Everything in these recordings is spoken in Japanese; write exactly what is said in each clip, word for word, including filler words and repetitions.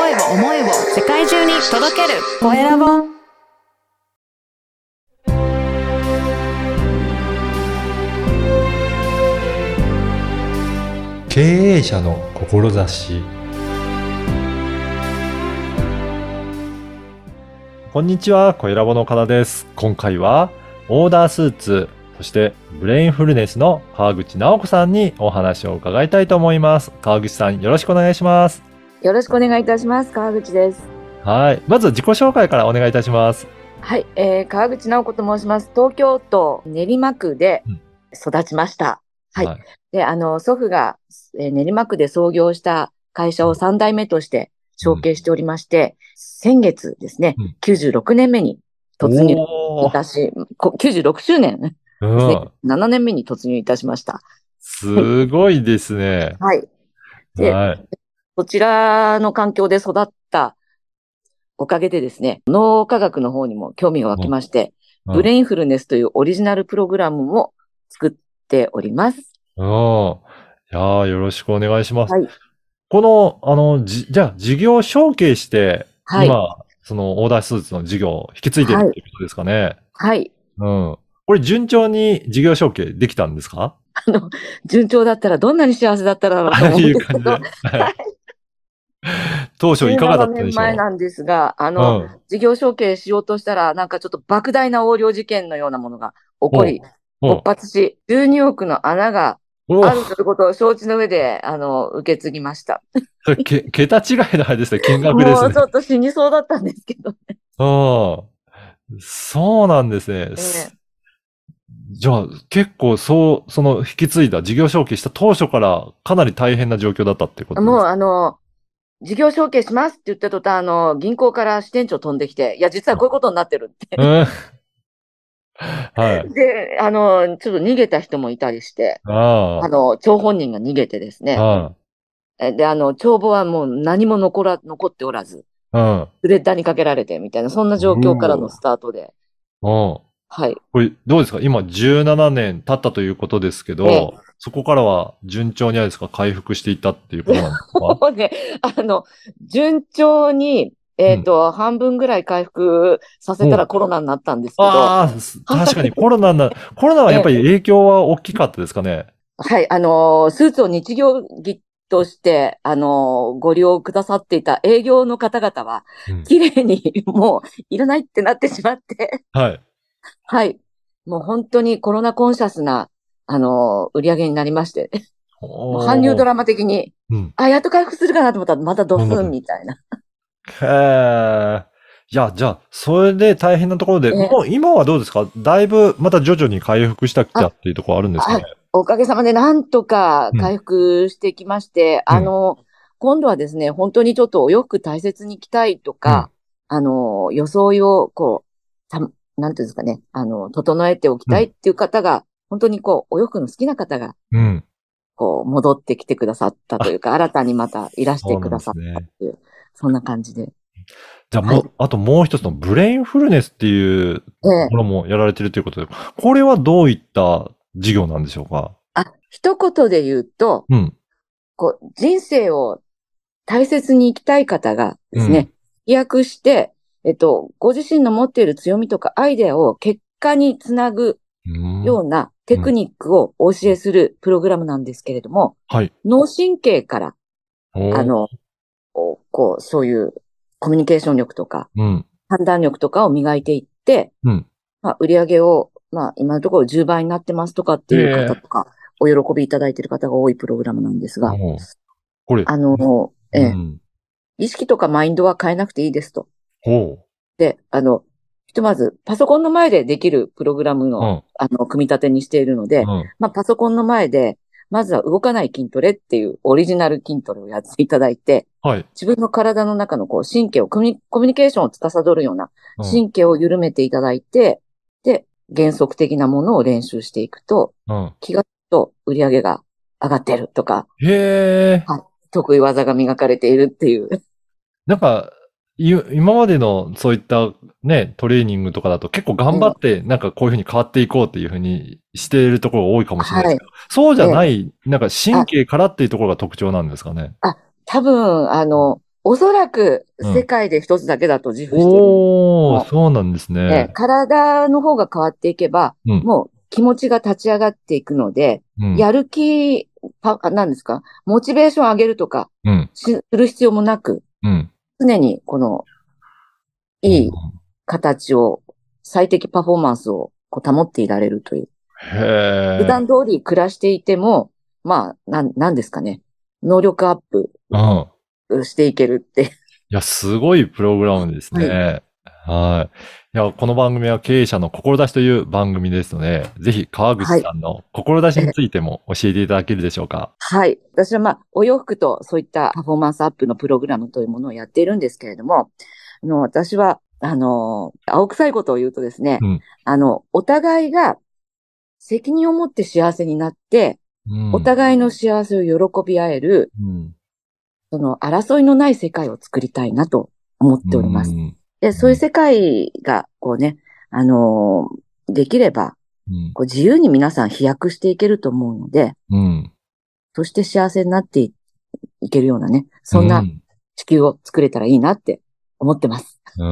声を思いを世界中に届けるコエラボ。 経営者の志。こんにちは、コエラボの岡田です。今回はオーダースーツ、そしてブレインフルネスの川口直子さんにお話を伺いたいと思います。川口さん、よろしくお願いします。 よろしくお願いいたします。川口です。 はい。まずは自己紹介からお願いいたします。 はい、えー、川口直子と申します。東京都練馬区で育ちました。うん、はい、はい。で、あの、祖父が、えー、練馬区で創業した会社をさん代目として承継しておりまして、うん、先月ですね、うん、きゅうじゅうろくねんめに突入いたし、きゅうじゅうろくしゅうねんですね、うん、ななねんめに突入いたしました。 すごいですね。 はい。で、はい、こちらの環境で育ったおかげでですね、脳科学の方にも興味が湧きまして、うんうん、ブレインフルネスというオリジナルプログラムも作っております。 うん。いやー、よろしくお願いします。はい、この、あの、じ、じゃあ、事業承継して、はい、今、そのオーダースーツの事業を引き継いでるっていうことですかね。 はい。 うん。これ順調に事業承継できたんですか？ あの、順調だったらどんなに幸せだったらろうと思うんですけど。はい。 当初いかがだったでしょう？じゅうななねんまえなんですが、あの、うん、事業承継しようとしたら、なんかちょっと莫大な横領事件のようなものが起こり、勃発し、じゅうにおくの穴があるということを承知の上で、あの、受け継ぎました。 それけ、桁違いのあれですね、金額ですね。 もうちょっと死にそうだったんですけどね。 ああ、そうなんですね。えー、じゃあ、結構そう、その引き継いだ事業承継した当初からかなり大変な状況だったってことですか？ もうあの、事業承継しますって言った途端、あの、銀行から支店長飛んできて、いや、実はこういうことになってるって。うんはい。で、あの、ちょっと逃げた人もいたりして、ああの、張本人が逃げてですね。で、あの、帳簿はもう何も残ら、残っておらず、うん。スレッダーにかけられてみたいな、そんな状況からのスタートで。 うん。はい。これ、どうですか？今じゅうななねん経ったということですけど、ね、そこからは順調にあれですか、回復していったっていうことなんですか？ もうね、あの、順調に、えっ、ー、と、うん、半分ぐらい回復させたらコロナになったんですけど。 ああ、確かにコロナな、コロナはやっぱり影響は大きかったですかね。 はい、あの、スーツを日業着として、あの、ご利用くださっていた営業の方々は、綺麗にもういらないってなってしまって。はい。はい。もう本当にコロナコンシャスな、あの、売り上げになりまして。韓流ドラマ的に、うん、あ、やっと回復するかなと思ったら、またドスンみたいな。 へー。いや、じゃあ、それで大変なところで、もう今はどうですか？だいぶまた徐々に回復したきたっていうところあるんですかね？ おかげさまでなんとか回復してきまして、うん、あの、今度はですね、本当にちょっとお洋服大切に着たいとか、うん、あの、装いをこう、たなんていうんですかね、あの、整えておきたいっていう方が、うん、本当にこう、お洋服の好きな方が、うん、こう、戻ってきてくださったというか、新たにまたいらしてくださったっていう、そんな感じで。 じゃあもう、はい、あともう一つのブレインフルネスっていうものもやられてるということで、ええ、これはどういった事業なんでしょうか？ あ、一言で言うと、うん、こう人生を大切に生きたい方がですね、飛躍、うん、して、えっと、ご自身の持っている強みとかアイデアを結果につなぐようなテクニックをお教えするプログラムなんですけれども、うん、はい、脳神経から、あの、こう、そういうコミュニケーション力とか、うん、判断力とかを磨いていって、うん、まあ、売り上げを、まあ、今のところじゅうばいになってますとかっていう方とか、お喜びいただいている方が多いプログラムなんですが、これ、あの、ええ、うん、意識とかマインドは変えなくていいですと。ほう。で、あの、ひとまず、パソコンの前でできるプログラムの、うん、あの、組み立てにしているので、うん、まあ、パソコンの前で、まずは動かない筋トレっていうオリジナル筋トレをやっていただいて、はい、自分の体の中のこう神経をコミュ、コミュニケーションを司るような神経を緩めていただいて、うん、で、原則的なものを練習していくと、うん、気がつくと売り上げが上がってるとか、へー、はい、得意技が磨かれているっていう。 なんか、今までのそういったね、トレーニングとかだと結構頑張って、なんかこういうふうに変わっていこうっていうふうにしているところが多いかもしれないですけど、はい、そうじゃない、なんか神経からっていうところが特徴なんですかね。 あ、多分、あの、 おそらく世界で一つだけだと自負してる。 おー、そうなんですね。 体の方が変わっていけば、うん、もう気持ちが立ち上がっていくので、うん、やる気、なんですか、モチベーション上げるとか、うん、する必要もなく、うん、常にこの、いい形を、最適パフォーマンスをこう保っていられるという。 へー。 普段通り暮らしていても、まあ、なん、なんですかね。能力アップしていけるって。いや、すごいプログラムですね。はい。はい。いや、この番組は経営者の志という番組ですので、ぜひ川口さんの志についても教えていただけるでしょうか。 はい。私はまあ、お洋服とそういったパフォーマンスアップのプログラムというものをやっているんですけれども、あの私は、あの、青臭いことを言うとですね、うん、あの、お互いが責任を持って幸せになって、うん、お互いの幸せを喜び合える、うん、その争いのない世界を作りたいなと思っております。うん、で、そういう世界が、こうね、あのー、できれば、うん、こう自由に皆さん飛躍していけると思うので、うん、そして幸せになっていけるようなね、そんな地球を作れたらいいなって思ってます。 うん。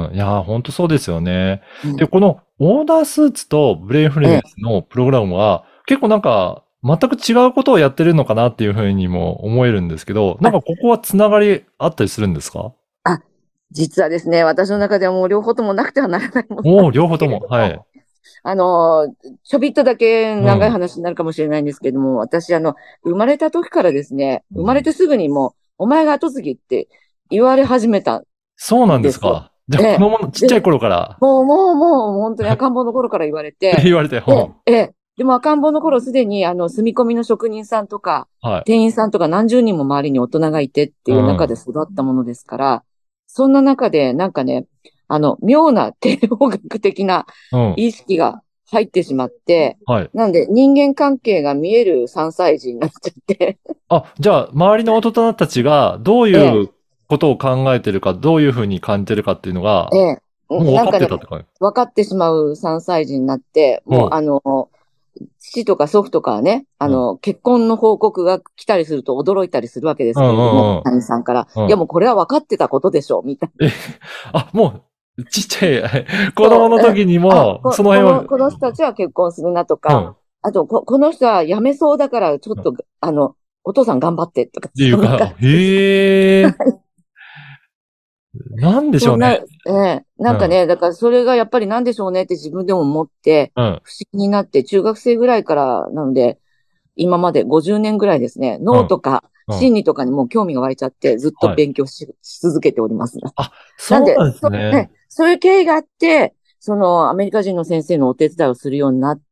いや、本当そうですよね。うん、で、このオーダースーツとブレインフルネスのプログラムは、結構なんか、全く違うことをやってるのかなっていうふうにも思えるんですけど、なんかここはつながりあったりするんですか？ あ、実はですね、私の中ではもう両方ともなくてはならないもの。お両方とも。はい。 あの、ちょびっとだけ長い話になるかもしれないんですけども、うん、私、あの、生まれた時からですね、生まれてすぐにもう、お前が後継ぎって言われ始めた。 そうなんですか。じゃあ、子供のちっちゃい頃から。 もう、もう、もう、本当に赤ん坊の頃から言われて。 言われて、 ええ。でも赤ん坊の頃すでに、あの、住み込みの職人さんとか、はい、店員さんとか何十人も周りに大人がいてっていう中で育ったものですから、うん、そんな中で、なんかね、あの、妙な帝王学的な意識が入ってしまって、うん、はい。なんで人間関係が見えるさんさい児になっちゃって。 あ、じゃあ、周りの大人たちがどういうことを考えてるか、ええ、どういうふうに感じてるかっていうのが、ええ、もう分かってたってか、ね、 分かってしまうさんさい児になって、もう、うん、あの、父とか祖父とかはね、あの、うん、結婚の報告が来たりすると驚いたりするわけですけれども、他人さんから、うん、いやもうこれは分かってたことでしょ、みたいな。 え、あ、もう、ちっちゃい、子供の時にも、その辺はこの。 この人たちは結婚するなとか、うん、あとこ、この人は辞めそうだから、ちょっと、うん、あの、お父さん頑張ってとか。 っていうか、へえ。なんでしょうね。 そんな、ええ、なんかね、うん、だからそれがやっぱりなんでしょうねって自分でも思って、不思議になって、中学生ぐらいからなので、今までごじゅうねんぐらいですね、脳とか心理とかにも興味が湧いちゃって、ずっと勉強し、はい、し続けております。 あ、そうなんですね。 なんでそ、そういう経緯があって、そのアメリカ人の先生のお手伝いをするようになって、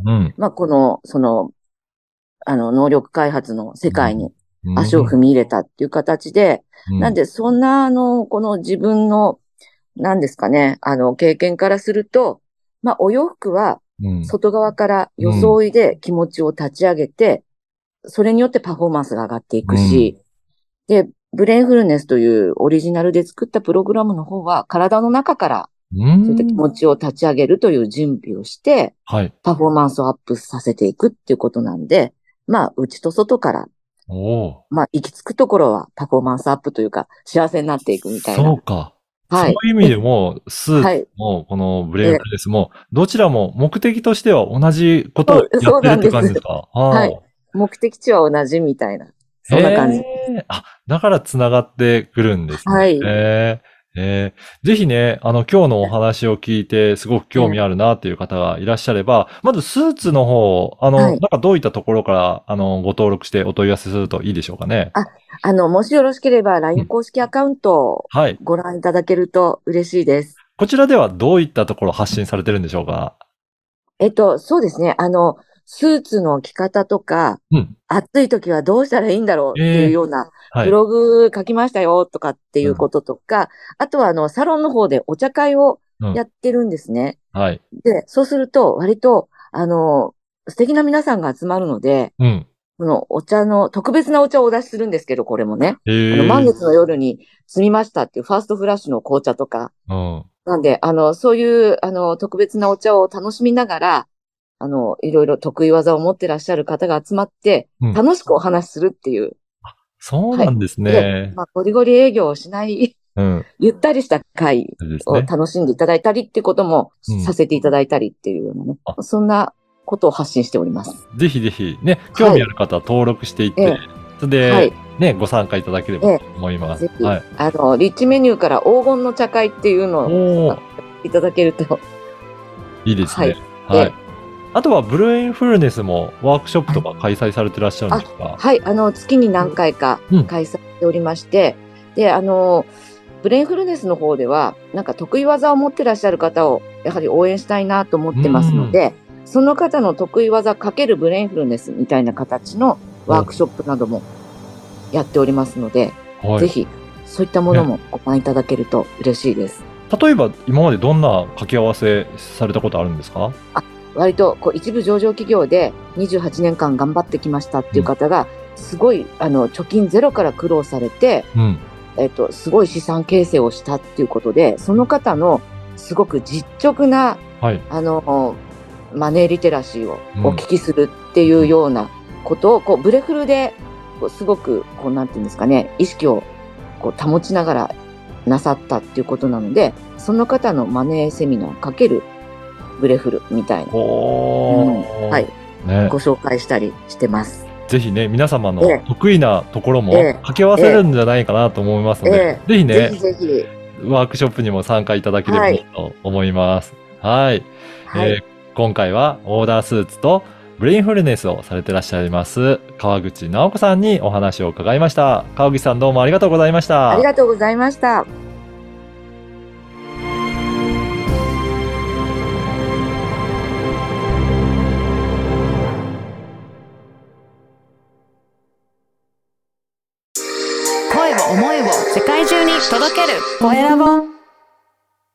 うん、まあこの、その、あの、能力開発の世界に足を踏み入れたっていう形で、うん、なんでそんな、あの、この自分の、なんですかね、あの、経験からすると、まあお洋服は、外側から装いで気持ちを立ち上げて、うん、それによってパフォーマンスが上がっていくし、うん、で、ブレインフルネスというオリジナルで作ったプログラムの方は体の中からそういった気持ちを立ち上げるという準備をして、はい、パフォーマンスをアップさせていくっていうことなんで、まあ、内と外から、おまあ、行き着くところはパフォーマンスアップというか、幸せになっていくみたいな。 そうか。はい。そういう意味でも、スーツも、このブレインフルネスも、どちらも目的としては同じことをやってるって感じですか？ はい。目的地は同じみたいな。そんな感じ。 あ、だから繋がってくるんですね。はい。えーえー、ぜひね、あの、今日のお話を聞いて、すごく興味あるなっていう方がいらっしゃれば、まずスーツの方、あの、はい、なんかどういったところから、あの、ご登録してお問い合わせするといいでしょうかね。 あ、あの、もしよろしければ、ライン 公式アカウントをご覧いただけると嬉しいです。はい、 こちらではどういったところ発信されてるんでしょうか？ えっと、そうですね。あの、スーツの着方とか、うん、暑い時はどうしたらいいんだろうっていうような、えー、ブログ書きましたよとかっていうこととか、うん、あとはあの、サロンの方でお茶会をやってるんですね。うん、はい。で、そうすると、割と、あの、素敵な皆さんが集まるので、うん、このお茶の、特別なお茶をお出しするんですけど、これもね。えー、あの、満月の夜に摘みましたっていうファーストフラッシュの紅茶とか。うん、なんで、あの、そういう、あの、特別なお茶を楽しみながら、あの、いろいろ得意技を持ってらっしゃる方が集まって、楽しくお話しするっていう、 そうなんですね。 はい、で、まあ、ゴリゴリ営業をしない、うん、ゆったりした会を楽しんでいただいたりっていうこともさせていただいたりっていうようなね、うん、そんなことを発信しております。 ぜひぜひね、興味ある方は登録していって、はい、それで、はい、ね、ご参加いただければと思います。 ええ、ぜひ、はい、あの、リッチメニューから黄金の茶会っていうのをいただけると。 いいですね。はい。はい、あとは、ブレインフルネスもワークショップとか開催されてらっしゃるんですか？ はい、あの、月に何回か開催しておりまして、うん、で、あの、ブレインフルネスの方では、なんか得意技を持ってらっしゃる方を、やはり応援したいなと思ってますので、その方の得意技かけるブレインフルネスみたいな形のワークショップなどもやっておりますので、はい、ぜひ、そういったものもご覧いただけると嬉しいです。 ね、例えば、今までどんな掛け合わせされたことあるんですか？ あ、割と、こう、一部上場企業でにじゅうはちねんかん頑張ってきましたっていう方が、すごい、あの、貯金ゼロから苦労されて、うん、えっと、すごい資産形成をしたっていうことで、その方のすごく実直な、はい、あの、マネーリテラシーをお聞きするっていうようなことを、こう、ブレフルで、すごく、こう、なんていうんですかね、意識をこう保ちながらなさったっていうことなので、その方のマネーセミナーかけるブレフルみたいな、 おー、うん、はい、ね、ご紹介したりしてます。 ぜひね、皆様の得意なところも掛け合わせるんじゃないかなと思いますので、えーえー、ぜひね、 ぜひぜひ、 ワークショップにも参加いただければと思います。はい。はい、えー、今回はオーダースーツとブレインフルネスをされていらっしゃいます、川口直子さんにお話を伺いました。川口さん、どうもありがとうございました。 ありがとうございました。 声を思いを世界中に届けるコエラボ。